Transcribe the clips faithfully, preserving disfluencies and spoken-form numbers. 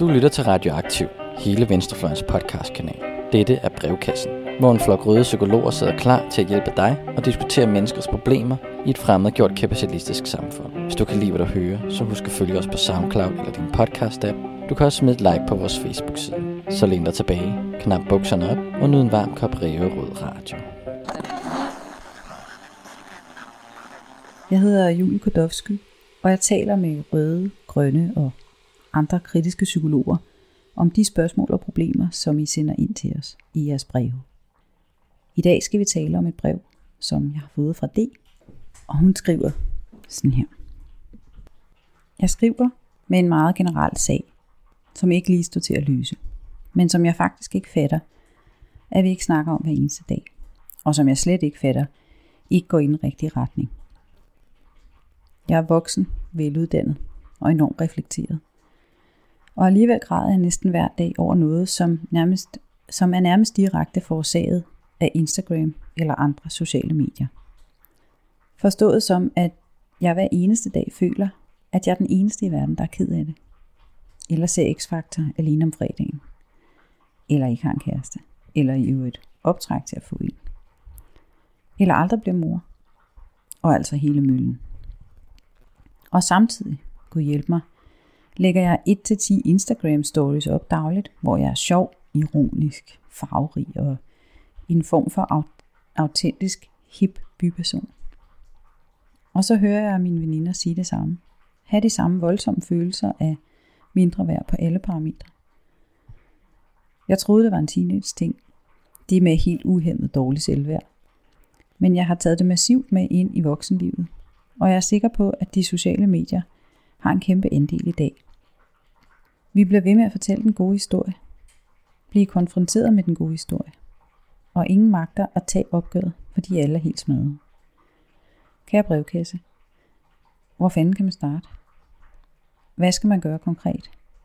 Du lytter til Radioaktiv, hele Venstrefløjens podcastkanal. Dette er Brevkassen, hvor en flok røde psykologer sidder klar til at hjælpe dig og diskutere menneskers problemer i et fremmedgjort kapitalistisk samfund. Hvis du kan lide, hvad du hører, så husk at følge os på SoundCloud eller din podcast-app. Du kan også smide et like på vores Facebook-side. Så læn dig tilbage, knap bukserne op og nyd en varm kop Ræverød Radio. Jeg hedder Julie Kodowsky, og jeg taler med røde, grønne og andre kritiske psykologer om de spørgsmål og problemer, som I sender ind til os i jeres breve. I dag skal vi tale om et brev, som jeg har fået fra D, og hun skriver sådan her. Jeg skriver med en meget generel sag, som ikke lige står til at løse, men som jeg faktisk ikke fatter, at vi ikke snakker om hver eneste dag, og som jeg slet ikke fatter, ikke går i den rigtige retning. Jeg er voksen, veluddannet og enormt reflekteret. Og alligevel græder jeg næsten hver dag over noget, som, nærmest, som er nærmest direkte forårsaget af Instagram eller andre sociale medier. Forstået som, at jeg hver eneste dag føler, at jeg er den eneste i verden, der er ked af det. Eller ser X-Factor alene om fredagen. Eller ikke har en kæreste. Eller i øvrigt optræk til at få en. Eller aldrig bliver mor. Og altså hele møllen. Og samtidig, Gud hjælp mig, lægger jeg et til ti Instagram stories op dagligt, hvor jeg er sjov, ironisk, farverig og en form for autentisk, hip byperson. Og så hører jeg mine veninder sige det samme. Ha' de samme voldsomme følelser af mindre værd på alle parametre. Jeg troede, det var en teenage ting. Det med helt uhæmmet dårlig selvværd. Men jeg har taget det massivt med ind i voksenlivet. Og jeg er sikker på, at de sociale medier har en kæmpe andel i dag. Vi bliver ved med at fortælle den gode historie. Blive konfronteret med den gode historie. Og ingen magter at tage opgøret, fordi alle er helt smadret. Kære brevkasse, hvor fanden kan man starte? Hvad skal man gøre konkret?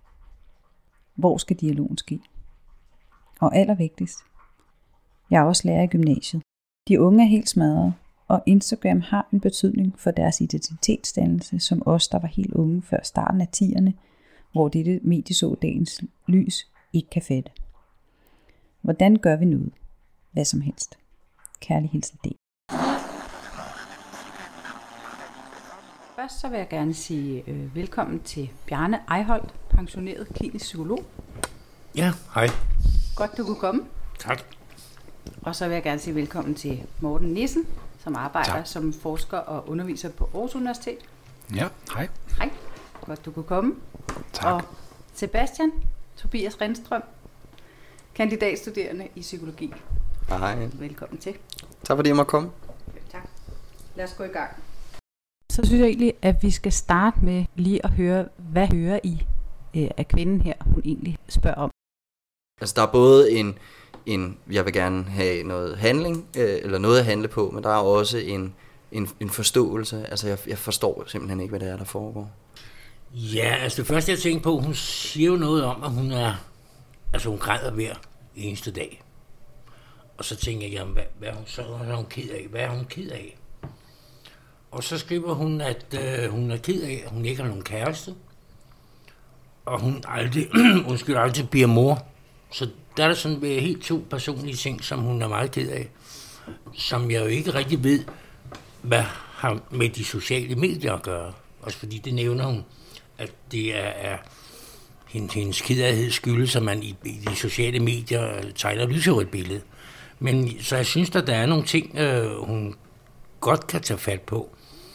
Hvor skal dialogen ske? Og allervigtigst, jeg er også lærer i gymnasiet. De unge er helt smadret, og Instagram har en betydning for deres identitetsdannelse, som os, der var helt unge før starten af tierne, hvor dette medie så dagens lys, ikke kan fatte. Hvordan gør vi noget? Hvad som helst. Kærlig hilsen D. Først så vil jeg gerne sige øh, velkommen til Bjarne Eiholt, pensioneret klinisk psykolog. Ja, hej. Godt, du kunne komme. Tak. Og så vil jeg gerne sige velkommen til Morten Nissen, som arbejder tak. som forsker og underviser på Aarhus Universitet. Ja, hej. Hej. Godt, du kunne komme. Tak. Og Sebastian Tobias Renstrøm, kandidatstuderende i psykologi. Hej. Velkommen til. Tak fordi jeg måtte komme. Tak. Lad os gå i gang. Så synes jeg egentlig, at vi skal starte med lige at høre, hvad hører I øh, af kvinden her, hun egentlig spørger om. Altså der er både en, en jeg vil gerne have noget handling, øh, eller noget at handle på, men der er også en, en, en forståelse. Altså jeg, jeg forstår simpelthen ikke, hvad det er, der foregår. Ja, altså det første jeg tænker på, hun siger jo noget om, at hun er, altså hun græder hver eneste dag. Og så tænker jeg, jamen, hvad, hvad, så er hun ked af? Hvad er hun ked af? Og så skriver hun, at øh, hun er ked af, at hun ikke har nogen kæreste. Og hun aldrig, undskyld, aldrig bliver mor. Så der er der sådan helt to personlige ting, som hun er meget ked af. Som jeg jo ikke rigtig ved, hvad har med de sociale medier at gøre. Også fordi det nævner hun, at det er, er hendes, hendes kedsomhed skyldes, at man i, i de sociale medier tegner lyserødt billede. Men så jeg synes, at der er nogle ting, øh, hun godt kan tage fat på.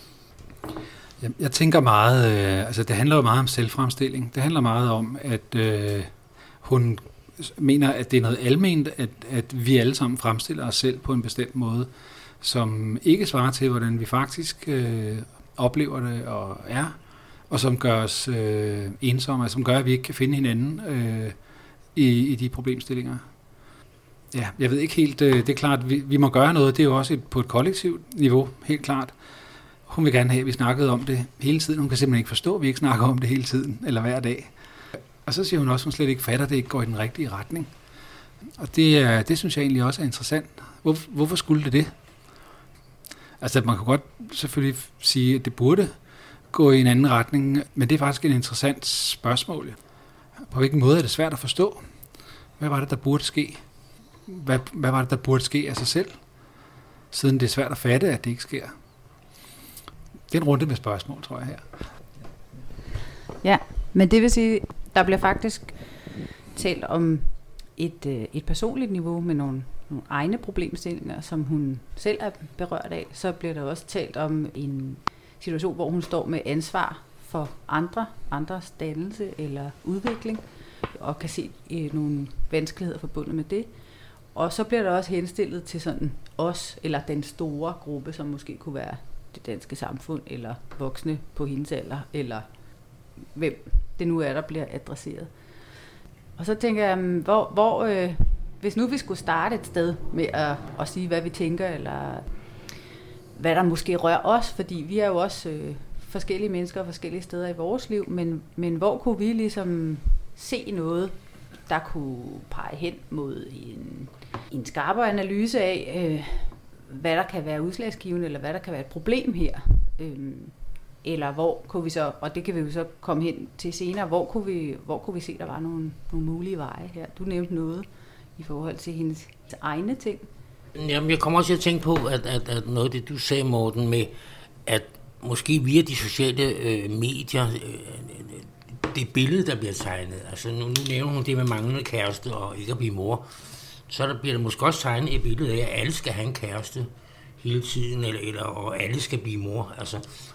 Jeg, jeg tænker meget, øh, altså det handler jo meget om selvfremstilling. Det handler meget om, at øh, hun mener, at det er noget alment, at, at vi alle sammen fremstiller os selv på en bestemt måde, som ikke svarer til, hvordan vi faktisk øh, oplever det og er, og som gør os øh, ensomme, som gør, at vi ikke kan finde hinanden øh, i, i de problemstillinger. Ja, jeg ved ikke helt, øh, det er klart, vi, vi må gøre noget, det er jo også et, på et kollektivt niveau, helt klart. Hun vil gerne have, at vi snakkede om det hele tiden. Hun kan simpelthen ikke forstå, at vi ikke snakker om det hele tiden, eller hver dag. Og så siger hun også, at hun slet ikke fatter, at det ikke går i den rigtige retning. Og det, det synes jeg egentlig også er interessant. Hvor, hvorfor skulle det det? Altså, man kan godt selvfølgelig sige, at det burde gå i en anden retning, men det er faktisk et interessant spørgsmål. På hvilken måde er det svært at forstå? Hvad var det, der burde ske? Hvad, hvad var det, der burde ske af sig selv? Siden det er svært at fatte, at det ikke sker. Det er en runde med spørgsmål, tror jeg her. Ja, men det vil sige, der bliver faktisk talt om et, et personligt niveau med nogle, nogle egne problemstillinger, som hun selv er berørt af. Så bliver der også talt om en situation, hvor hun står med ansvar for andre, andres dannelse eller udvikling, og kan se øh, nogle vanskeligheder forbundet med det. Og så bliver der også henstillet til sådan os, eller den store gruppe, som måske kunne være det danske samfund, eller voksne på hendes alder, eller hvem det nu er, der bliver adresseret. Og så tænker jeg, hvor, hvor øh, hvis nu vi skulle starte et sted med at, at sige, hvad vi tænker, eller hvad der måske rører os, fordi vi er jo også øh, forskellige mennesker forskellige steder i vores liv, men, men hvor kunne vi ligesom se noget, der kunne pege hen mod en, en skarpere analyse af, øh, hvad der kan være udslagsgivende, eller hvad der kan være et problem her. Øh, eller hvor kunne vi så, og det kan vi jo så komme hen til senere, hvor kunne vi, hvor kunne vi se, der var nogle, nogle mulige veje her. Du nævnte noget i forhold til hendes egne ting. Jamen, jeg kommer også til at tænke på, at, at, at noget af det, du sagde, Morten, med at måske via de sociale øh, medier, øh, det billede, der bliver tegnet, altså nu, nu nævner hun det med manglende kæreste og ikke at blive mor, så der bliver der måske også tegnet et billede af, at alle skal have en kæreste hele tiden, eller, eller, og alle skal blive mor, altså.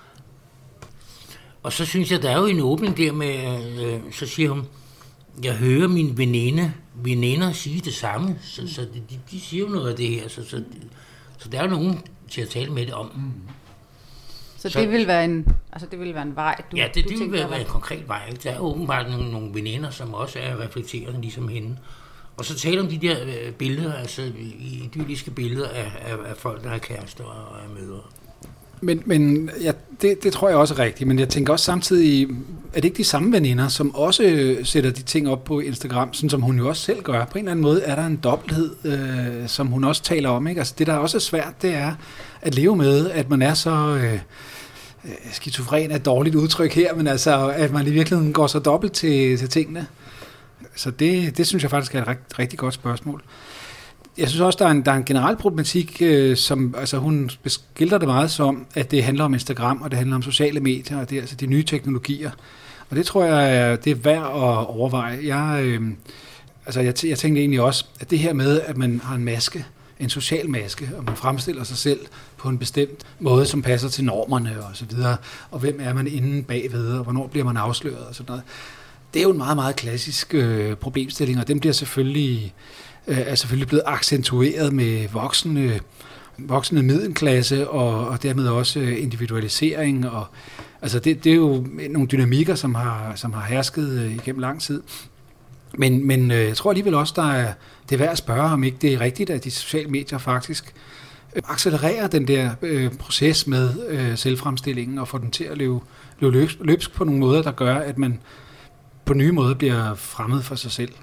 Og så synes jeg, der er jo en åbning der med, øh, så siger hun, jeg hører mine veninde, veninder sige det samme, så, så de, de siger jo noget af det her, så, så, så der er jo nogen til at tale med det om. Mm. Så, så det vil være en, altså det vil være en vej, du Ja, det, du det tænker, vil være, være en konkret vej. Der er åbenbart nogle, nogle veninder, som også er reflekterende ligesom hende. Og så taler om de der øh, billeder, altså idylliske billeder af, af, af folk, der har kærester og er mødre. Men, men ja, det, det tror jeg også er rigtigt, men jeg tænker også samtidig, er det ikke de samme veninder, som også sætter de ting op på Instagram, sådan som hun jo også selv gør? På en eller anden måde er der en dobbelthed, øh, som hun også taler om, ikke? Altså det, der også er svært, det er at leve med, at man er så øh, skizofren er et dårligt udtryk her, men altså, at man i virkeligheden går så dobbelt til, til tingene. Så det, det synes jeg faktisk er et rigt, rigtig godt spørgsmål. Jeg synes også, der er en, der er en generel problematik, øh, som altså hun beskilder det meget som, at det handler om Instagram, og det handler om sociale medier, og det er altså de nye teknologier. Og det tror jeg, det er værd at overveje. Jeg, øh, altså jeg, jeg tænkte egentlig også, at det her med, at man har en maske, en social maske, og man fremstiller sig selv på en bestemt måde, som passer til normerne og så videre, og hvem er man inde bagved, og hvornår bliver man afsløret og sådan noget. Det er jo en meget, meget klassisk øh, problemstilling, og den bliver selvfølgelig... er selvfølgelig blevet accentueret med voksne, voksne middelklasse og, og dermed også individualisering. Og, altså det, det er jo nogle dynamikker, som har, som har hersket igennem lang tid. Men, men jeg tror alligevel også, der er, det er værd at spørge, om ikke det er rigtigt, at de sociale medier faktisk accelererer den der øh, proces med øh, selvfremstillingen og får den til at løbe, løbe løbsk, løbsk på nogle måder, der gør, at man på nye måder bliver fremmed for sig selv.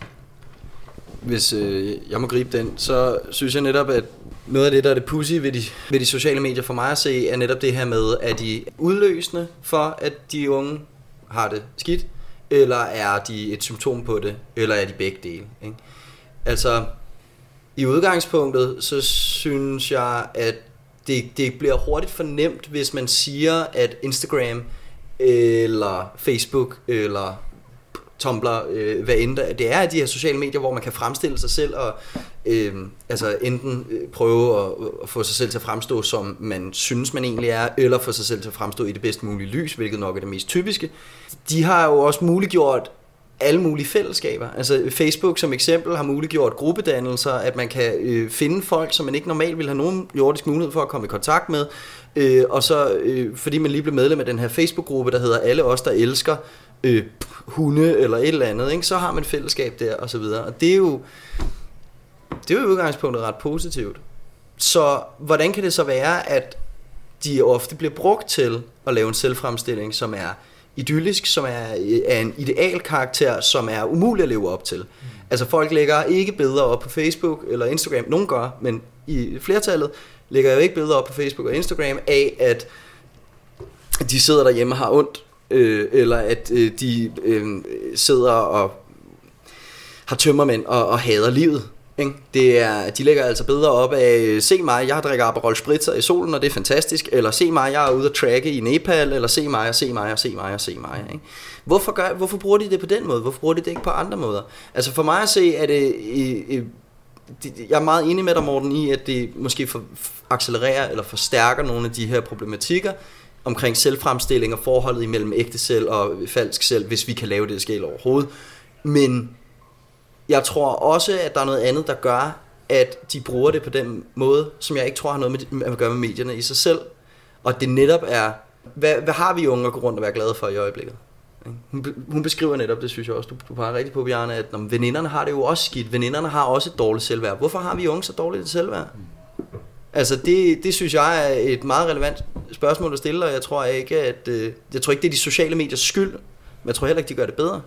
Hvis øh, jeg må gribe den, så synes jeg netop, at noget af det, der er det pudsy ved de, ved de sociale medier for mig at se, er netop det her med, at de udløsende for, at de unge har det skidt, eller er de et symptom på det, eller er de begge dele. Ikke? Altså, i udgangspunktet, så synes jeg, at det, det bliver hurtigt for nemt, hvis man siger, at Instagram, eller Facebook, eller Tumblr, øh, hvad end der, det er de her sociale medier, hvor man kan fremstille sig selv og øh, altså enten prøve at, at få sig selv til at fremstå, som man synes, man egentlig er, eller få sig selv til at fremstå i det bedst mulige lys, hvilket nok er det mest typiske. De har jo også muliggjort alle mulige fællesskaber. Altså Facebook som eksempel har muliggjort gruppedannelser, at man kan øh, finde folk, som man ikke normalt ville have nogen jordisk mulighed for at komme i kontakt med, øh, og så øh, fordi man lige blev medlem af den her Facebook-gruppe, der hedder Alle os, der elsker øh, hunde eller et eller andet, ikke? Så har man fællesskab der og så videre. Og det er jo det er jo i udgangspunktet ret positivt. Så hvordan kan det så være, at de ofte bliver brugt til at lave en selvfremstilling, som er idyllisk, som er af en ideal karakter, som er umulig at leve op til. Mm. Altså folk lægger ikke billeder op på Facebook eller Instagram, nogen gør, men i flertallet lægger jo ikke billeder op på Facebook og Instagram af, at de sidder derhjemme og har ondt øh, eller at øh, de øh, sidder og har tømmermænd og, og hader livet. Ikke? Det er, de lægger altså bedre op af, se mig, jeg drikker Aperol Spritzer i solen, og det er fantastisk, eller se mig, jeg er ude at tracke i Nepal, eller se mig, og se mig, og se mig, og se mig. Ikke? Hvorfor, gør, hvorfor bruger de det på den måde? Hvorfor bruger de det ikke på andre måder? Altså for mig at se, at det, jeg er meget enig med dig, Morten, i, at det måske for, accelererer eller forstærker nogle af de her problematikker omkring selvfremstilling og forholdet imellem ægte selv og falsk selv, hvis vi kan lave det skæld overhovedet. Men jeg tror også, at der er noget andet, der gør, at de bruger det på den måde, som jeg ikke tror har noget med at gøre med medierne i sig selv. Og det netop er, hvad, hvad har vi unge at gå rundt og være glade for i øjeblikket? Hun, hun beskriver netop, det synes jeg også, du, du peger rigtig på, Bjarne, at når veninderne har det jo også skidt. Veninderne har også et dårligt selvværd. Hvorfor har vi unge så dårligt selvværd? Altså det, det synes jeg er et meget relevant spørgsmål at stille, og jeg tror ikke, at jeg tror ikke, det er de sociale mediers skyld, men jeg tror heller ikke, de gør det bedre.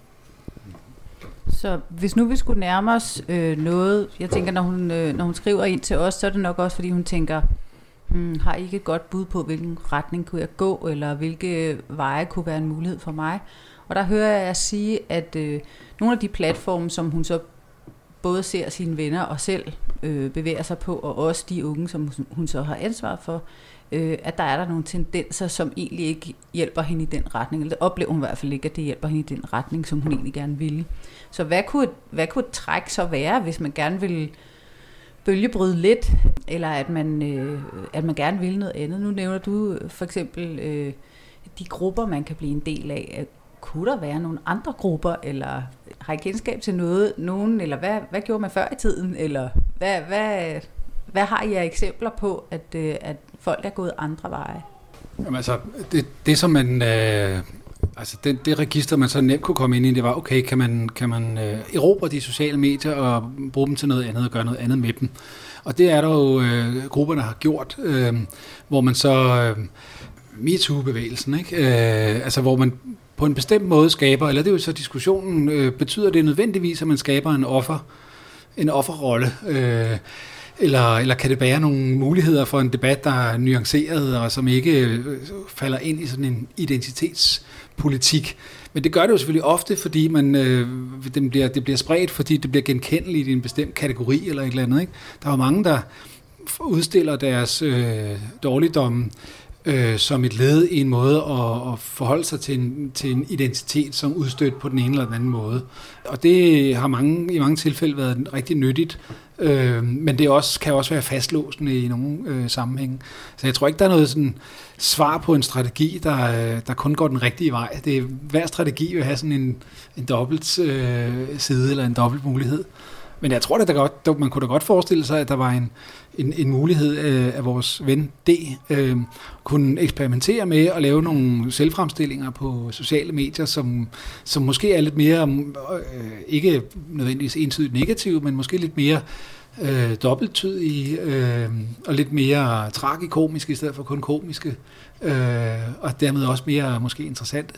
Så hvis nu vi skulle nærme os øh, noget, jeg tænker, når hun, øh, når hun skriver ind til os, så er det nok også, fordi hun tænker, hmm, har I ikke et godt bud på, hvilken retning kunne jeg gå, eller hvilke veje kunne være en mulighed for mig? Og der hører jeg sige, at øh, nogle af de platforme, som hun så både ser sine venner og selv øh, bevæger sig på, og også de unge, som hun så har ansvar for, øh, at der er der nogle tendenser, som egentlig ikke hjælper hende i den retning, eller det oplever hun i hvert fald ikke, at det hjælper hende i den retning, som hun egentlig gerne ville. Så hvad kunne, hvad kunne et træk så være, hvis man gerne ville bølgebryde lidt, eller at man, øh, at man gerne vil noget andet? Nu nævner du for eksempel øh, de grupper, man kan blive en del af. Kunne der være nogle andre grupper, eller har I kendskab til noget, nogen, eller hvad, hvad gjorde man før i tiden, eller hvad, hvad, hvad har I af eksempler på, at, øh, at folk er gået andre veje? Jamen altså, det, det som man... Øh Altså det, det register, man så nemt kunne komme ind i, det var, okay, kan man, kan man øh, erobre de sociale medier og bruge dem til noget andet og gøre noget andet med dem? Og det er der jo øh, grupperne har gjort, øh, hvor man så, øh, MeToo-bevægelsen, ikke? Øh, altså hvor man på en bestemt måde skaber, eller det er jo så diskussionen, øh, betyder det nødvendigvis, at man skaber en offer, en offerrolle, øh, Eller, eller kan det bære nogle muligheder for en debat, der er nuanceret og som ikke øh, falder ind i sådan en identitetspolitik? Men det gør det jo selvfølgelig ofte, fordi man, øh, det, bliver, det bliver spredt, fordi det bliver genkendeligt i en bestemt kategori eller et eller andet. Ikke? Der er jo mange, der udstiller deres øh, dårligdomme øh, som et led i en måde at, at forholde sig til en, til en identitet, som udstødt på den ene eller den anden måde. Og det har mange, i mange tilfælde været rigtig nyttigt. Øh, men det også, kan også være fastlåsende i nogle øh, sammenhænge. Så jeg tror ikke, der er noget sådan svar på en strategi, der, der kun går den rigtige vej. Det er, hver strategi vil have sådan en, en dobbelt øh, side eller en dobbelt mulighed. Men jeg tror, at der godt, man kunne da godt forestille sig, at der var en, en, en mulighed, øh, at vores ven D øh, kunne eksperimentere med at lave nogle selvfremstillinger på sociale medier, som, som måske er lidt mere, øh, ikke nødvendigvis entydigt negative, men måske lidt mere øh, dobbelttydige øh, og lidt mere tragikomiske i stedet for kun komiske, øh, og dermed også mere måske interessante.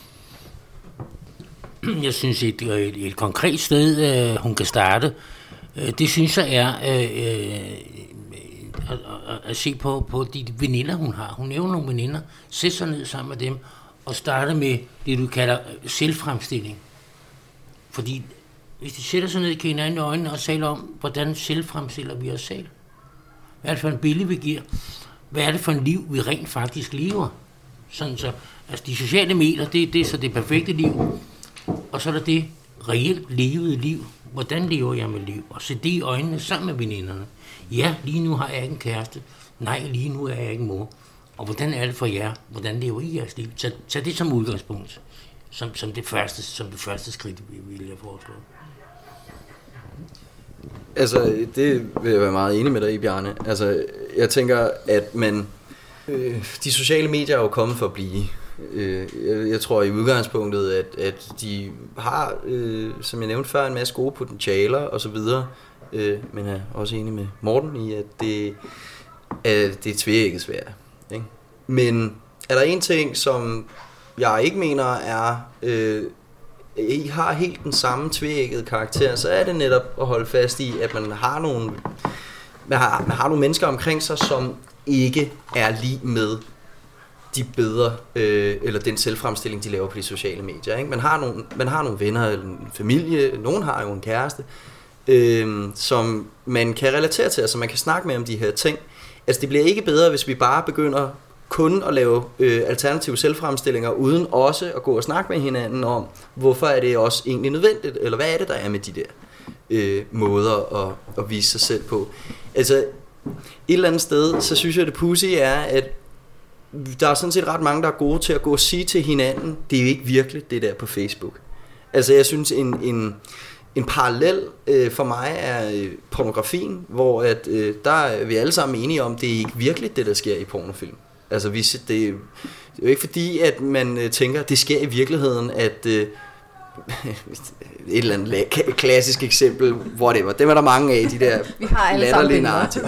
Jeg synes, et, et, et konkret sted, øh, hun kan starte, øh, det synes jeg er øh, øh, at, at, at se på, på de veninder, hun har. Hun nævner nogle veninder, sætte sig ned sammen med dem og starte med det, du kalder selvfremstilling. Fordi hvis de sætter sig ned i hinanden i øjnene og taler om, hvordan selvfremstiller vi os selv? Hvad er det for en billede, vi giver? Hvad er det for en liv, vi rent faktisk lever? Sådan så, altså de sociale medier, det, det er så det perfekte liv. Og så er der det reelt levede liv. Hvordan lever jeg mit liv? Og se det i øjnene sammen med veninderne. Ja, lige nu har jeg ikke en kæreste. Nej, lige nu er jeg ikke mor. Og hvordan er det for jer? Hvordan lever I jeres liv? Tag, tag det som udgangspunkt. Som, som, det første, som det første skridt, vil jeg foreslå. Altså, det vil jeg være meget enig med dig i, Bjarne. Altså, jeg tænker, at man... Øh, de sociale medier er jo kommet for at blive... Jeg tror i udgangspunktet, at, at de har, øh, som jeg nævnte før, en masse gode potentialer og så videre, øh, men jeg er også enig med Morten i, at det, at det er tveægget svært. Ikke? Men er der en ting, som jeg ikke mener er, øh, I har helt den samme tveæggede karakter, så er det netop at holde fast i, at man har nogle, man har, man har nogle mennesker omkring sig, som ikke er lige med de bedre, øh, eller den selvfremstilling, de laver på de sociale medier. Ikke? Man, har nogle, man har nogle venner, eller en familie, nogen har jo en kæreste, øh, som man kan relatere til, altså man kan snakke med om de her ting. Altså det bliver ikke bedre, hvis vi bare begynder kun at lave øh, alternative selvfremstillinger, uden også at gå og snakke med hinanden om, hvorfor er det også egentlig nødvendigt, eller hvad er det, der er med de der øh, måder at, at vise sig selv på. Altså et eller andet sted, så synes jeg, det pudsige er, at der er sådan set ret mange, der er gode til at gå og sige til hinanden, det er jo ikke virkelig det der på Facebook. Altså jeg synes, en, en, en parallel øh, for mig er øh, pornografien, hvor at, øh, der er vi alle sammen enige om, det er ikke virkelig det, der sker i pornofilm. Altså vi, det, det er jo ikke fordi, at man øh, tænker, at det sker i virkeligheden, at øh, et eller andet klassisk eksempel, whatever, dem er der mange af, de der latterlige narrativer.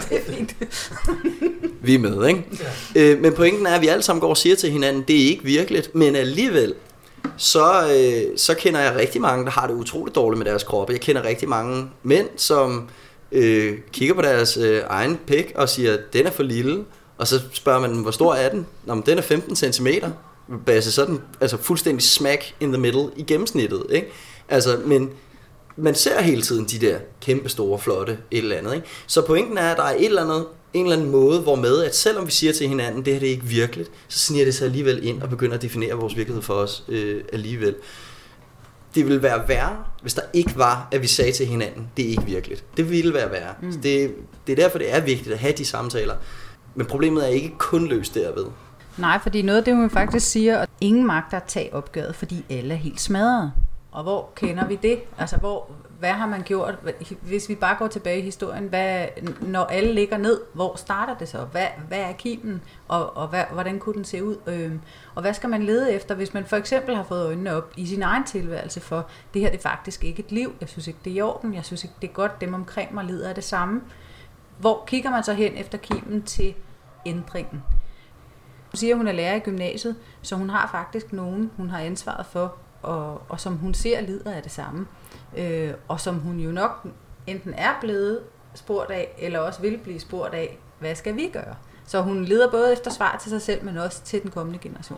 Vi er med, ikke? Ja. Øh, men pointen er, at vi alle sammen går og siger til hinanden, det er ikke virkeligt, men alligevel, så, øh, så kender jeg rigtig mange, der har det utroligt dårligt med deres kroppe. Jeg kender rigtig mange mænd, som øh, kigger på deres øh, egen pik og siger, den er for lille, og så spørger man dem, hvor stor er den? Nå, men den er femten centimeter. Altså sådan, altså fuldstændig smack in the middle i gennemsnittet, ikke? Altså, men man ser hele tiden de der kæmpe store, flotte et eller andet, ikke? Så pointen er, at der er et eller andet, en eller anden måde, hvor med, at selvom vi siger til hinanden, det her det er ikke virkeligt, så sniger det sig alligevel ind og begynder at definere vores virkelighed for os øh, alligevel. Det ville være værre, hvis der ikke var, at vi sagde til hinanden, det er ikke virkeligt. Det ville være værre. Mm. Det, det er derfor, det er vigtigt at have de samtaler. Men problemet er ikke kun løst derved. Nej, fordi noget af det, man faktisk siger, at ingen magter at tage opgøret, fordi alle er helt smadrede. Og hvor kender vi det? Altså, hvor, hvad har man gjort? Hvis vi bare går tilbage i historien, hvad, når alle ligger ned, hvor starter det så? Hvad, hvad er kimen? Og, og hvad, hvordan kunne den se ud? Øhm, og hvad skal man lede efter, hvis man for eksempel har fået øjnene op i sin egen tilværelse for, det her det er faktisk ikke et liv. Jeg synes ikke, det er i orden. Jeg synes ikke, det er godt. Dem omkring mig lider af det samme. Hvor kigger man så hen efter kimen til ændringen? Hun siger, at hun er lærer i gymnasiet, så hun har faktisk nogen, hun har ansvaret for, og, og som hun ser lider af det samme. Øh, og som hun jo nok enten er blevet spurgt af, eller også vil blive spurgt af, hvad skal vi gøre? Så hun leder både efter svar til sig selv, men også til den kommende generation.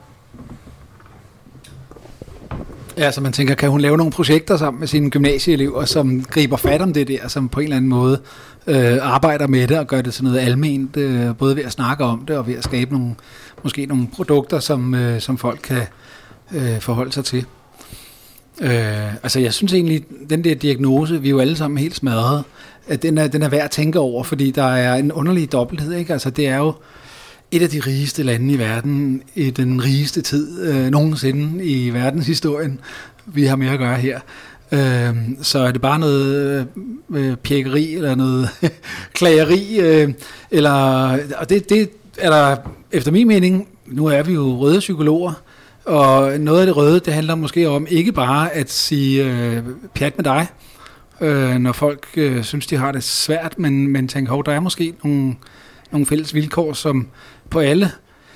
Ja, så man tænker, kan hun lave nogle projekter sammen med sine gymnasieelever, som griber fat om det der, som på en eller anden måde øh, arbejder med det og gør det til noget alment, øh, både ved at snakke om det og ved at skabe nogle, måske nogle produkter, som, øh, som folk kan øh, forholde sig til. Øh, altså jeg synes egentlig, den der diagnose, vi er jo alle sammen helt smadret, at den er, den er værd at tænke over, fordi der er en underlig dobbelthed, ikke? Altså det er jo et af de rigeste lande i verden, i den rigeste tid øh, nogensinde i verdenshistorien, vi har med at gøre her. Øh, så er det bare noget øh, pjækkeri eller noget klageri, øh, eller, og det, det er der efter min mening, nu er vi jo røde psykologer, og noget af det røde, det handler måske om ikke bare at sige øh, pjat med dig, øh, når folk øh, synes, de har det svært, men, men tænker, hov, der er måske nogle, nogle fælles vilkår, som på alle,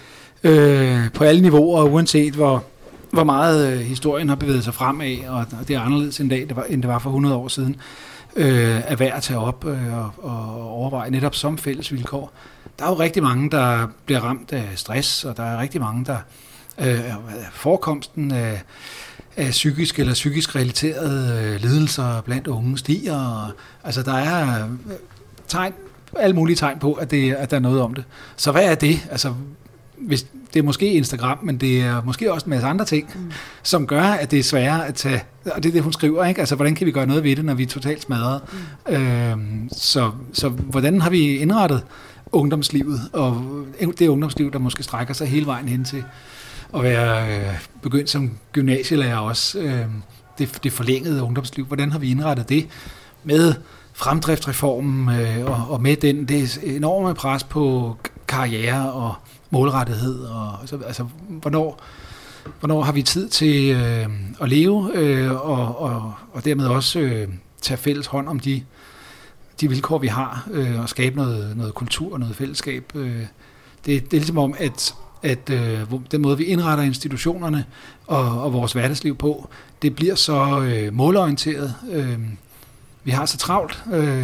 øh, på alle niveauer, uanset hvor, hvor meget øh, historien har bevæget sig fremad, og, og det er anderledes end, dag, det var, end det var for hundrede år siden, øh, er værd at tage op øh, og, og overveje netop som fælles vilkår. Der er jo rigtig mange, der bliver ramt af stress, og der er rigtig mange, der øh, forekomsten af, af psykisk eller psykisk relaterede øh, lidelser blandt unge stiger. Og, altså der er øh, tegn, alle mulige tegn på, at, det, at der er noget om det. Så hvad er det? Altså, hvis, det er måske Instagram, men det er måske også en masse andre ting, mm. som gør, at det er sværere at tage, og det er det, hun skriver, ikke? Altså, hvordan kan vi gøre noget ved det, når vi er totalt smadret? Mm. Øhm, så, så hvordan har vi indrettet ungdomslivet, og det ungdomsliv, der måske strækker sig hele vejen hen til at være øh, begyndt som gymnasielærer også, øh, det, det forlængede ungdomsliv, hvordan har vi indrettet det med fremdriftreformen øh, og, og med den, det enorme pres på karriere og målrettighed, og så, altså hvornår, hvornår har vi tid til øh, at leve øh, og, og, og dermed også øh, tage fælles hånd om de, de vilkår, vi har, øh, og skabe noget, noget kultur og noget fællesskab. Øh, det, det er ligesom om, at, at øh, den måde, vi indretter institutionerne og, og vores hverdagsliv på, det bliver så øh, målorienteret. Øh, vi har så travlt, øh,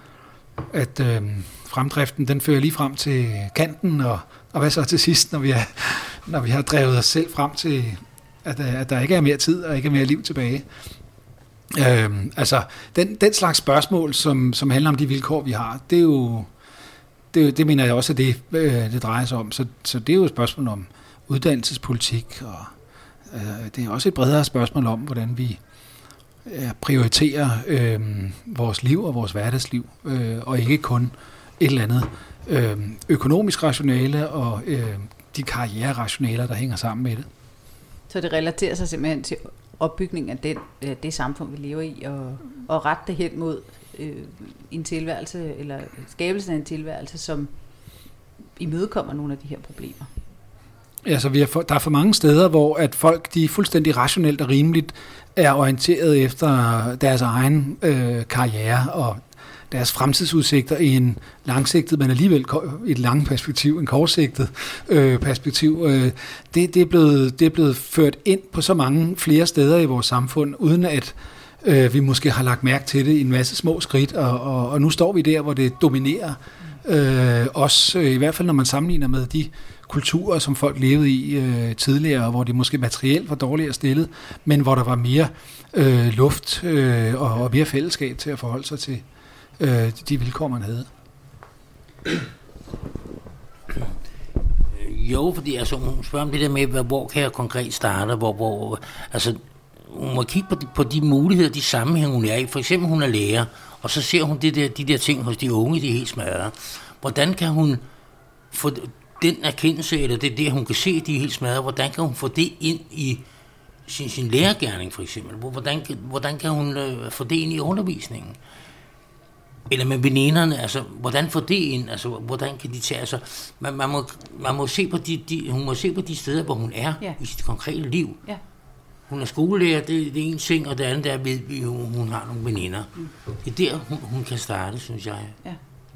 at øh, fremdriften den fører lige frem til kanten, og, og hvad så til sidst, når vi er, når vi har drevet os selv frem til, at, at der ikke er mere tid og ikke er mere liv tilbage. Øhm, altså, den, den slags spørgsmål, som, som handler om de vilkår, vi har, det er jo, det, det mener jeg også, at det, øh, det drejer sig om. Så, så det er jo et spørgsmål om uddannelsespolitik, og øh, det er også et bredere spørgsmål om, hvordan vi øh, prioriterer øh, vores liv og vores hverdagsliv, øh, og ikke kun et eller andet øh, økonomisk rationale og øh, de karriererationaler, der hænger sammen med det. Så det relaterer sig simpelthen til opbygningen af den, det samfund, vi lever i, og, og rette det hen mod øh, en tilværelse, eller skabelsen af en tilværelse, som imødekommer nogle af de her problemer. Ja, så vi er for, der er for mange steder, hvor at folk, de fuldstændig rationelt og rimeligt er orienteret efter deres egen øh, karriere og deres fremtidsudsigter i en langsigtet, men alligevel et langt perspektiv, en kortsigtet øh, perspektiv. Øh, det, det, er blevet, det er blevet ført ind på så mange flere steder i vores samfund, uden at øh, vi måske har lagt mærke til det i en masse små skridt, og, og, og nu står vi der, hvor det dominerer øh, os, øh, i hvert fald når man sammenligner med de kulturer, som folk levede i øh, tidligere, hvor det måske materielt var dårligere stillet, men hvor der var mere øh, luft øh, og, og mere fællesskab til at forholde sig til øh, de vilkår, man havde. Jo, fordi altså, hun spørger om det der med, hvor kan jeg konkret starte, hvor, hvor altså, hun må kigge på de, på de muligheder, de sammenhæng, hun er i. For eksempel, hun er lærer, og så ser hun det der, de der ting hos de unge, de er helt smadret. Hvordan kan hun få den erkendelse, eller det der, hun kan se, de er helt smadret, hvordan kan hun få det ind i sin, sin lærergerning, for eksempel? Hvordan, hvordan kan hun øh, få det ind i undervisningen? Eller med veninderne, altså, hvordan får det ind? Altså, hvordan kan de tage, altså, man, man, må, man må se på de, de, hun må se på de steder, hvor hun er, ja, i sit konkrete liv. Ja. Hun er skolelærer, det, det er en ting, og det andet er, at hun, hun har nogle veninder. Mm. Det er der, hun, hun kan starte, synes jeg. Ja.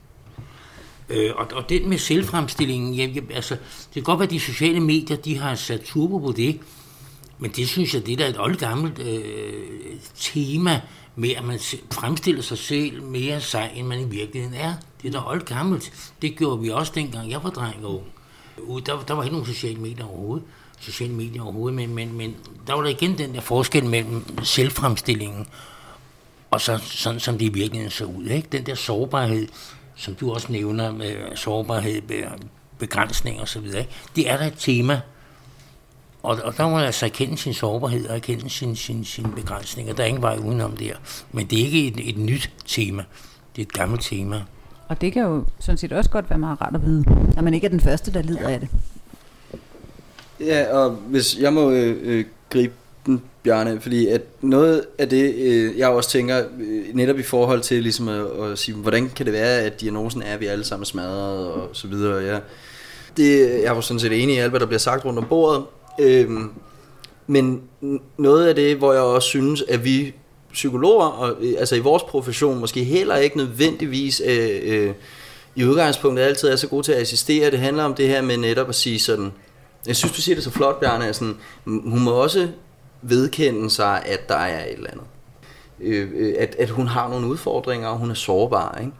Øh, og, og den med selvfremstillingen, ja, ja, altså, det kan godt være, at de sociale medier, de har sat turbo på det, men det synes jeg, det er da et oldgammelt øh, tema, med at man fremstiller sig selv mere sej, end man i virkeligheden er. Det er da oldgammelt. Det gjorde vi også dengang, jeg var dreng og ung. Der, der var ikke nogen sociale medier overhovedet, sociale medier overhovedet, men, men, men der var der igen den der forskel mellem selvfremstillingen, og så, sådan som det i virkeligheden så ud. Ikke? Den der sårbarhed, som du også nævner, med sårbarhed, begrænsning og så videre, det er da et tema. Og, og der må jeg altså erkende sin sårbarhed og erkende sin, sin, sin begrænsninger. Der er ingen vej udenom der. Men det er ikke et, et nyt tema. Det er et gammelt tema. Og det kan jo sådan set også godt være meget rart at vide, når man ikke er den første, der lider af det. Ja, og hvis jeg må øh, øh, gribe den, Bjarne, fordi at noget af det, øh, jeg også tænker, øh, netop i forhold til ligesom at, at sige, hvordan kan det være, at diagnosen er, at vi alle sammen smadret og så videre. Ja. Det, jeg var sådan set enig i alt, hvad der bliver sagt rundt om bordet. Øhm, men noget af det, hvor jeg også synes, at vi psykologer, og, altså i vores profession, måske heller ikke nødvendigvis øh, øh, i udgangspunktet altid er så gode til at assistere. Det handler om det her med netop at sige sådan, jeg synes du siger det så flot, Bjarne, at sådan, hun må også vedkende sig, at der er et eller andet, øh, at, at hun har nogle udfordringer, og hun er sårbar, ikke?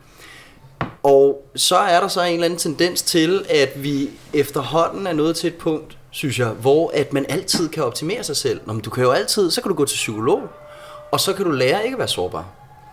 Og så er der så en eller anden tendens til, at vi efterhånden er nået til et punkt, synes jeg, hvor at man altid kan optimere sig selv. Nå, men du kan jo altid, så kan du gå til psykolog, og så kan du lære ikke at være sårbar.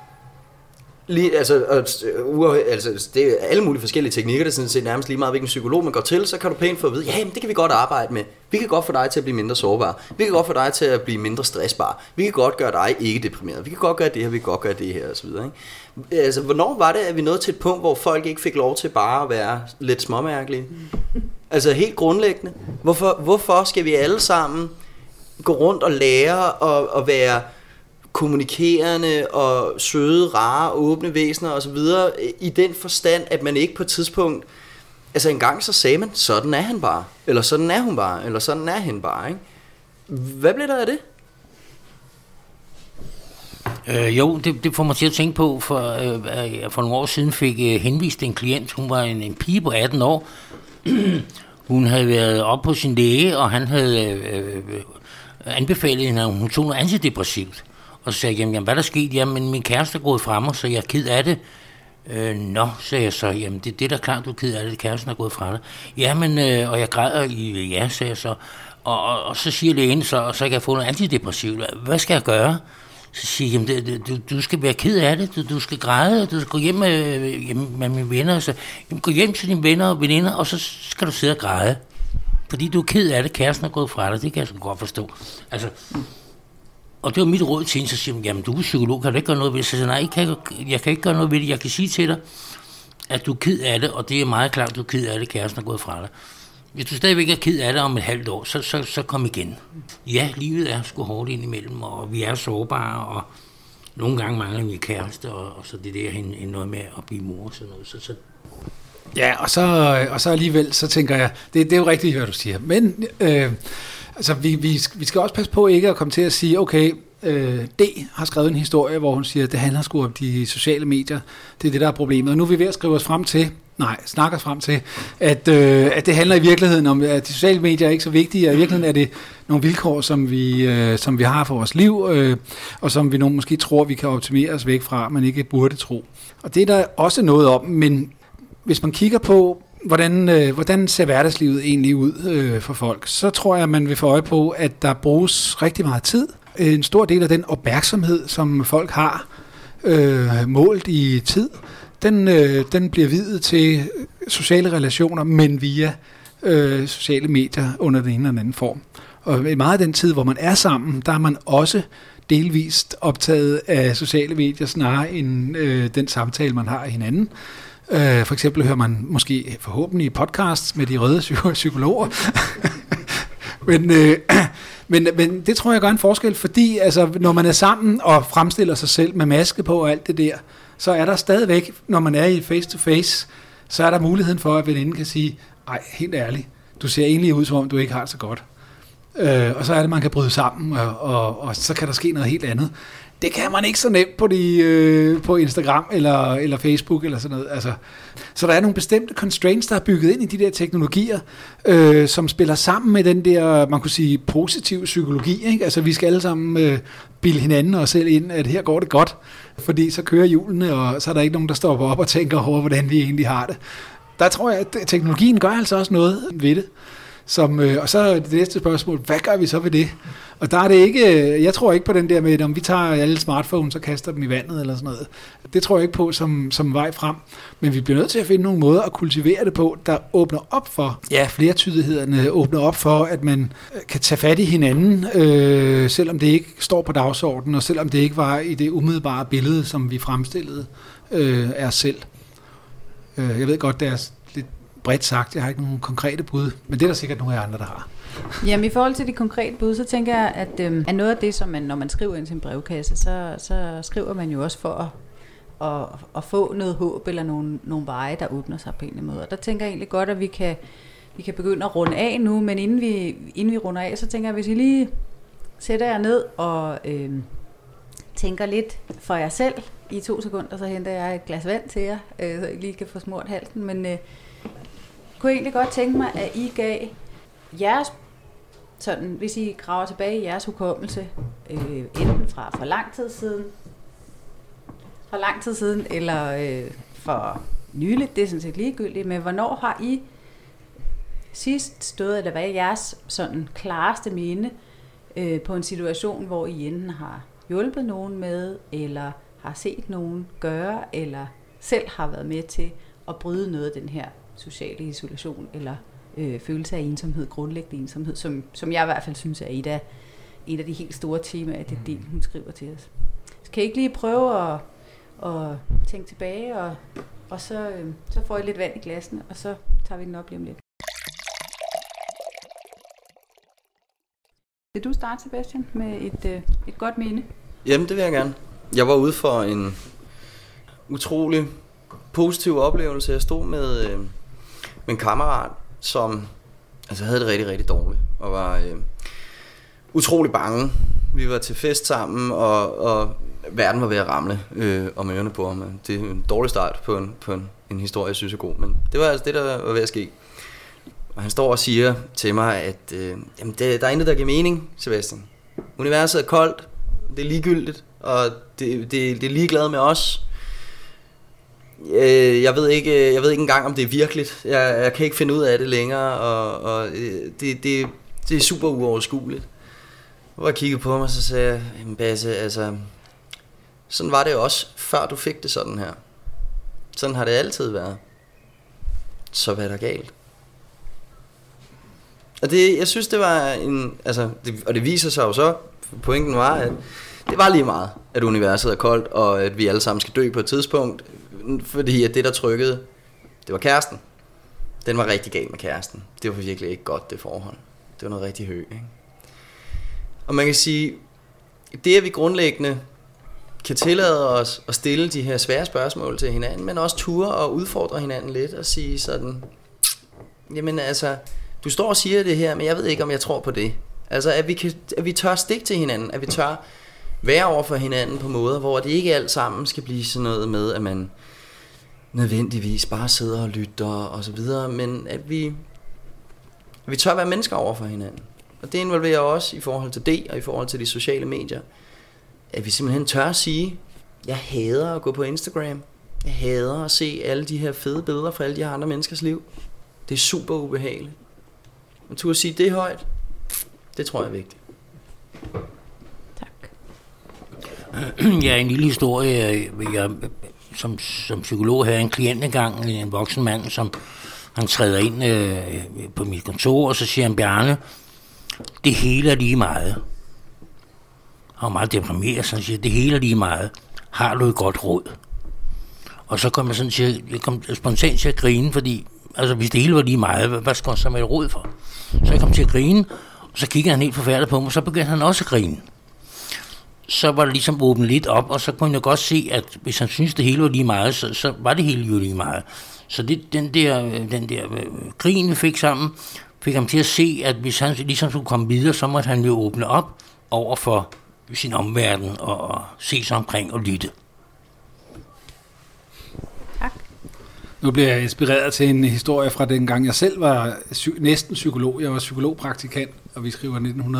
Lige, altså, uh, altså, det er alle mulige forskellige teknikker, det er sådan set nærmest lige meget, hvilken psykolog man går til, så kan du pænt få at vide, ja, men det kan vi godt arbejde med. Vi kan godt få dig til at blive mindre sårbar. Vi kan godt få dig til at blive mindre stressbar. Vi kan godt gøre dig ikke deprimeret. Vi kan godt gøre det her, vi kan godt gøre det her, og så videre, ikke? Altså, hvornår var det, at vi nåede til et punkt, hvor folk ikke fik lov til bare at være lidt småmærkelige? Altså helt grundlæggende. Hvorfor, hvorfor skal vi alle sammen gå rundt og lære og, og være kommunikerende og søde, rare, åbne væsener og så videre, i den forstand, at man ikke på et tidspunkt, altså engang så sagde man, sådan er han bare, eller sådan er hun bare, eller sådan er han bare, ikke? Hvad blev der af det? Øh, jo, det, det får mig til at tænke på, for, øh, for nogle år siden fik øh, henvist en klient, hun var en, en pige på atten år, hun havde været op på sin læge, og han havde øh, øh, anbefalet hende, at hun tog noget antidepressivt. Og så sagde jeg, jamen hvad der skete? Jamen min kæreste er gået fra mig, så jeg er ked af det. Øh, nå, sagde jeg så, jamen det, det er da klart, du er ked af det, kæresten er gået fra dig. Jamen, øh, og jeg græder i, ja, sagde jeg så. Og, og, og så siger lægen så, og så kan jeg få noget antidepressivt. Hvad skal jeg gøre? Så siger jeg, jamen det, det, du, du skal være ked af det, du, du skal græde, du skal gå hjem med, hjem med mine venner. Så, jamen, gå hjem til dine venner og veninder, og så skal du sidde og græde. Fordi du er ked af det, kæresten er gået fra dig, det kan jeg sgu godt forstå. Altså, og det var mit råd til hende, så siger hun, jamen du er psykolog, kan du ikke gøre noget ved det? Så siger nej, jeg kan, jeg kan ikke gøre noget ved det, jeg kan sige til dig, at du er ked af det, og det er meget klart, du er ked af det, kæresten er gået fra dig. Hvis du stadigvæk er ked af det om et halvt år, så, så, så kom igen. Ja, livet er sgu hårdt indimellem, og vi er sårbare, og nogle gange mangler vi kæreste, og, og så det der hen noget med at blive mor og sådan noget. Så, så. Ja, og så, og så alligevel, så tænker jeg, det, det er jo rigtigt, hvad du siger, men øh, altså, vi, vi, vi skal også passe på ikke at komme til at sige, okay, øh, D har skrevet en historie, hvor hun siger, at det handler sgu om de sociale medier, det er det, der er problemet, og nu er vi ved at skrive os frem til, nej, snakker os frem til, at, øh, at det handler i virkeligheden om, at de sociale medier er ikke så vigtige, og i virkeligheden er det nogle vilkår, som vi, øh, som vi har for vores liv, øh, og som vi nogle måske tror, vi kan optimere os væk fra, men ikke burde tro. Og det er der også noget om, men hvis man kigger på, hvordan, øh, hvordan ser hverdagslivet egentlig ud øh, for folk, så tror jeg, at man vil få øje på, at der bruges rigtig meget tid. En stor del af den opmærksomhed, som folk har øh, målt i tid, den, øh, den bliver viet til sociale relationer, men via øh, sociale medier under den ene eller anden form. Og i meget af den tid, hvor man er sammen, der er man også delvist optaget af sociale medier, snarere end øh, den samtale, man har af hinanden. Uh, for eksempel hører man måske forhåbentlig podcasts med de røde psy- psykologer. men, uh, men, men det tror jeg gør en forskel, fordi altså, når man er sammen og fremstiller sig selv med maske på og alt det der, så er der stadigvæk, når man er i face-to-face, så er der muligheden for, at veninden kan sige, ej, helt ærligt, du ser egentlig ud, som om du ikke har det så godt. Uh, og så er det, man kan bryde sammen, og, og, og så kan der ske noget helt andet. Det kan man ikke så nemt på, de, øh, på Instagram eller, eller Facebook eller sådan noget. Altså, så der er nogle bestemte constraints, der er bygget ind i de der teknologier, øh, som spiller sammen med den der, man kunne sige, positiv psykologi. Ikke? Altså vi skal alle sammen øh, bilde hinanden og selv ind, at her går det godt, fordi så kører hjulene, og så er der ikke nogen, der stopper op og tænker over, hvordan vi egentlig har det. Der tror jeg, at teknologien gør altså også noget ved det. Som, øh, og så er det næste spørgsmål, hvad gør vi så ved det? Og der er det ikke, jeg tror ikke på den der med, om vi tager alle smartphones og kaster dem i vandet eller sådan noget. Det tror jeg ikke på som, som vej frem. Men vi bliver nødt til at finde nogle måder at kultivere det på, der åbner op for, ja, flertydighederne, åbner op for, at man kan tage fat i hinanden, øh, selvom det ikke står på dagsordenen, og selvom det ikke var i det umiddelbare billede, som vi fremstillede øh, af os selv. Øh, jeg ved godt, det er lidt bredt sagt, jeg har ikke nogen konkrete bud, men det er der sikkert nogle af andre, der har. Jamen i forhold til de konkrete bud, så tænker jeg, at, øhm, at noget af det, som man, når man skriver ind til en brevkasse, så, så skriver man jo også for at, at, at få noget håb eller nogle, nogle veje, der åbner sig på en eller anden måde. Og der tænker jeg egentlig godt, at vi kan, vi kan begynde at runde af nu, men inden vi, inden vi runder af, så tænker jeg, hvis I lige sætter jer ned og øhm, tænker lidt for jer selv i to sekunder, så henter jeg et glas vand til jer, øh, så I lige kan få smurt halsen. Men øh, kunne jeg egentlig godt tænke mig, at I gav jeres, sådan, hvis I graver tilbage i jeres hukommelse, øh, enten fra for lang tid siden, for lang tid siden, eller øh, for nyligt, det er sådan set ligegyldigt, men hvornår har I sidst stået, eller hvad er jeres sådan klareste minde øh, på en situation, hvor I enten har hjulpet nogen med, eller har set nogen gøre, eller selv har været med til at bryde noget af den her sociale isolation, eller øh, følelse af ensomhed, grundlæggende ensomhed, som, som jeg i hvert fald synes er et af, et af de helt store temaer, det del, hun skriver til os. Så kan I ikke lige prøve at, at tænke tilbage, og, og så, øh, så får I lidt vand i glassene, og så tager vi den op lige om lidt. Vil du starte, Sebastian, med et, øh, et godt minde? Jamen, det vil jeg gerne. Jeg var ude for en utrolig positiv oplevelse. Jeg stod med, øh, med en kammerat, som altså, havde det rigtig, rigtig dårligt, og var øh, utrolig bange. Vi var til fest sammen, og, og verden var ved at ramle øh, om ørerne på ham. Det er en dårlig start på en, på en, en historie, jeg synes er god, men det var altså det, der var ved at ske. Og han står og siger til mig, at øh, jamen det, der er intet, der giver mening, Sebastian. Universet er koldt, det er ligegyldigt, og det, det, det er ligeglad med os. Øh, jeg ved ikke, jeg ved ikke engang, om det er virkeligt. Jeg, jeg kan ikke finde ud af det længere, og, og det, det, det er super uoverskueligt. Hvor jeg kiggede på mig, og så sagde jeg, Basse, altså, sådan var det også, før du fik det sådan her. Sådan har det altid været. Så hvad er der galt? Og det, jeg synes, det var en, altså, det, og det viser sig jo så, pointen var, at det var lige meget, at universet er koldt, og at vi alle sammen skal dø på et tidspunkt, fordi at det, der trykkede, det var kæresten. Den var rigtig gal med kæresten. Det var virkelig ikke godt, det forhold. Det var noget rigtig højt, ikke? Og man kan sige, det at vi grundlæggende kan tillade os at stille de her svære spørgsmål til hinanden, men også ture og udfordre hinanden lidt og sige sådan, jamen altså, du står og siger det her, men jeg ved ikke, om jeg tror på det. Altså, at vi, kan, at vi tør stikke til hinanden, at vi tør være over for hinanden på måder, hvor det ikke alt sammen skal blive sådan noget med, at man nødvendigvis bare sidder og lytter og så videre, men at vi, at vi tør være mennesker over for hinanden. Og det involverer også i forhold til det, og i forhold til de sociale medier, at vi simpelthen tør at sige, jeg hader at gå på Instagram. Jeg hader at se alle de her fede billeder fra alle de her andre menneskers liv. Det er super ubehageligt. Og turde sige det højt, det tror jeg er vigtigt. Tak. Ja, en lille historie. Jeg, som, som psykolog havde en klient engang, en voksen mand, som han træder ind øh, på mit kontor, og så siger han, Bjarne, det hele er lige meget. Han var meget deprimeret, så han siger, det hele er lige meget. Har du et godt råd? Og så kom jeg sådan til, jeg kom spontant til at grine, fordi altså, hvis det hele var lige meget, hvad skal han så med et råd for? Så jeg kom til at grine, og så kiggede han helt forfærdet på mig, og så begyndte han også at grine. Så var det ligesom åbnet lidt op, og så kunne jeg godt se, at hvis han syntes, det hele var lige meget, så, så var det hele jo lige meget. Så det, den der, den der grin, vi fik sammen, fik ham til at se, at hvis han ligesom skulle komme videre, så måtte han jo åbne op over for sin omverden og, og se sig omkring og lytte. Tak. Nu bliver jeg inspireret til en historie fra den gang, jeg selv var psy- næsten psykolog. Jeg var psykologpraktikant, og vi skriver nitten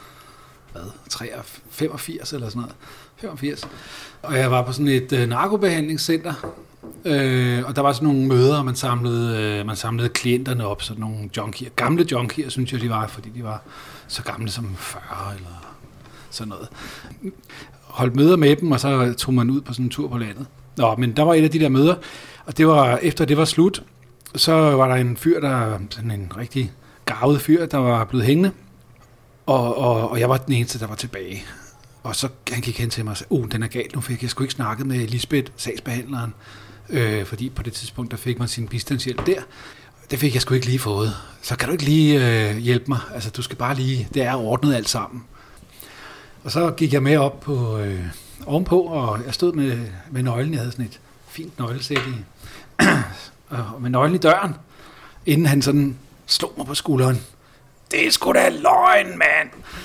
femogfirs eller sådan noget. femogfirs. Og jeg var på sådan et øh, narkobehandlingscenter, øh, og der var sådan nogle møder, og man samlede, øh, man samlede klienterne op, sådan nogle junkier. Gamle junkier, synes jeg, de var, fordi de var så gamle som fyrre eller sådan noget. Holdt møder med dem, og så tog man ud på sådan en tur på landet. Nå, men der var et af de der møder, og det var, efter det var slut, så var der en fyr, der sådan en rigtig garvet fyr, der var blevet hængende, og, og, og jeg var den eneste, der var tilbage. Og så han gik hen til mig og sagde, oh, den er galt, nu fik jeg sgu ikke snakket med Lisbeth, sagsbehandleren, øh, fordi på det tidspunkt, der fik man sin bistandshjælp der. Det fik jeg sgu ikke lige fået. Så kan du ikke lige øh, hjælpe mig? Altså, du skal bare lige, det er ordnet alt sammen. Og så gik jeg med op på, øh, ovenpå, og jeg stod med, med nøglen. Jeg havde sådan et fint nøglesæt i, og med nøglen i døren, inden han sådan slog mig på skulderen. Det er sgu da løgn, mand!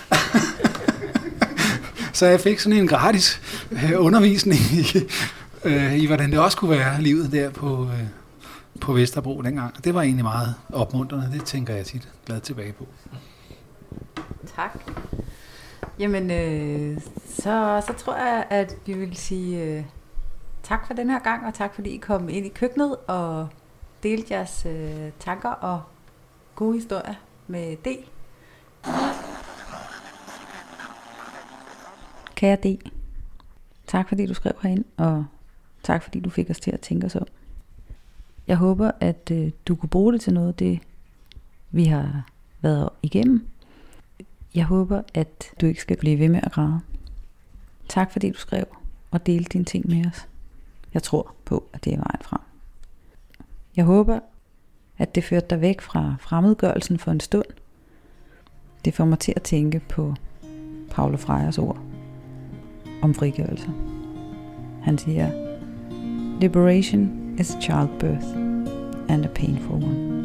Så jeg fik sådan en gratis øh, undervisning i, øh, i, hvordan det også kunne være livet der på, øh, på Vesterbro dengang. Og det var egentlig meget opmuntrende. Det tænker jeg tit glad tilbage på. Tak. Jamen, øh, så, så tror jeg, at vi vil sige øh, tak for den her gang, og tak fordi I kom ind i køkkenet og delte jeres øh, tanker og gode historier med D. Kære D, tak fordi du skrev herind, og tak fordi du fik os til at tænke os om. Jeg håber, at øh, du kunne bruge det til noget, det vi har været igennem. Jeg håber, at du ikke skal blive ved med at græde. Tak fordi du skrev og delte dine ting med os. Jeg tror på, at det er vejen frem. Jeg håber, at det førte dig væk fra fremmedgørelsen for en stund. Det får mig til at tænke på Paulo Freiers ord om frigørelse. Han siger, liberation is childbirth and a painful one.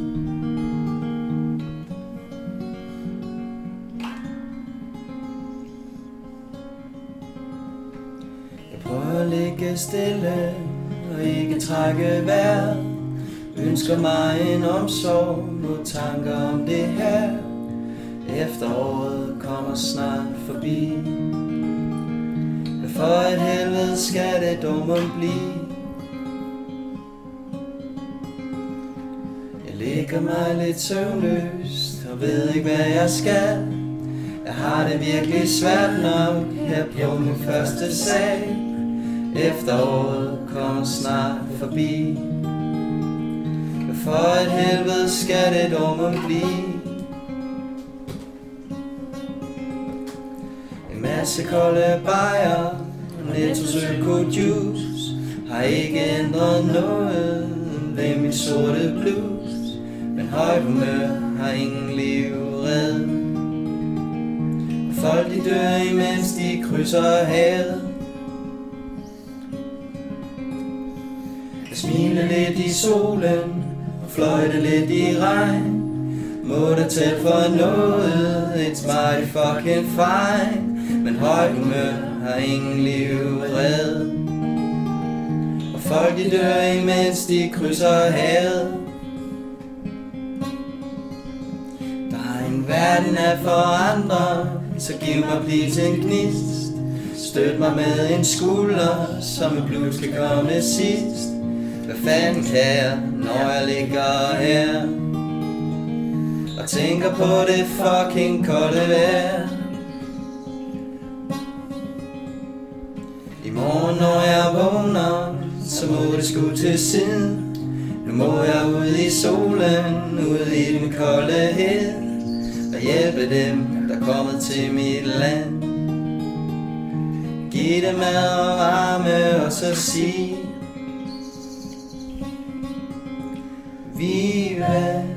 Jeg prøver at ligge stille og ikke trække vejret. Ønsker mig en omsorg, mod tanker om det her. Efteråret kommer snart forbi. For et helvede skal det dumme blive. ligger mig lidt søvnløst og ved ikke hvad jeg skal. Jeg har det virkelig svært nok her på min første sag. Efteråret kommer snart forbi. For et helvede skal det dog må blive. En masse kolde bajer, Nettos øko-juice har ikke ændret noget ved min sorte blus. Men højt humør har ingen livred. Folk de dør imens de krydser havet. Jeg smiler lidt i solen og fløjter lidt i regn. Må der til for noget, it's mighty fucking fine. Men højt humør har ingen livred. Og folk de dør imens de krydser havet. Der er en verden at forandre, så giv mig please en gnist. Støt mig med en skulder, som et blod skal komme sidst. Hvad fanden kan jeg, når jeg ligger her og tænker på det fucking kolde vejr. I morgen når jeg vågner, så må det sgu til siden. Nu må jeg ud i solen, ud i den kolde hed, og hjælpe dem, der er kommet til mit land. Giv dem mad og varme, og så sig Viva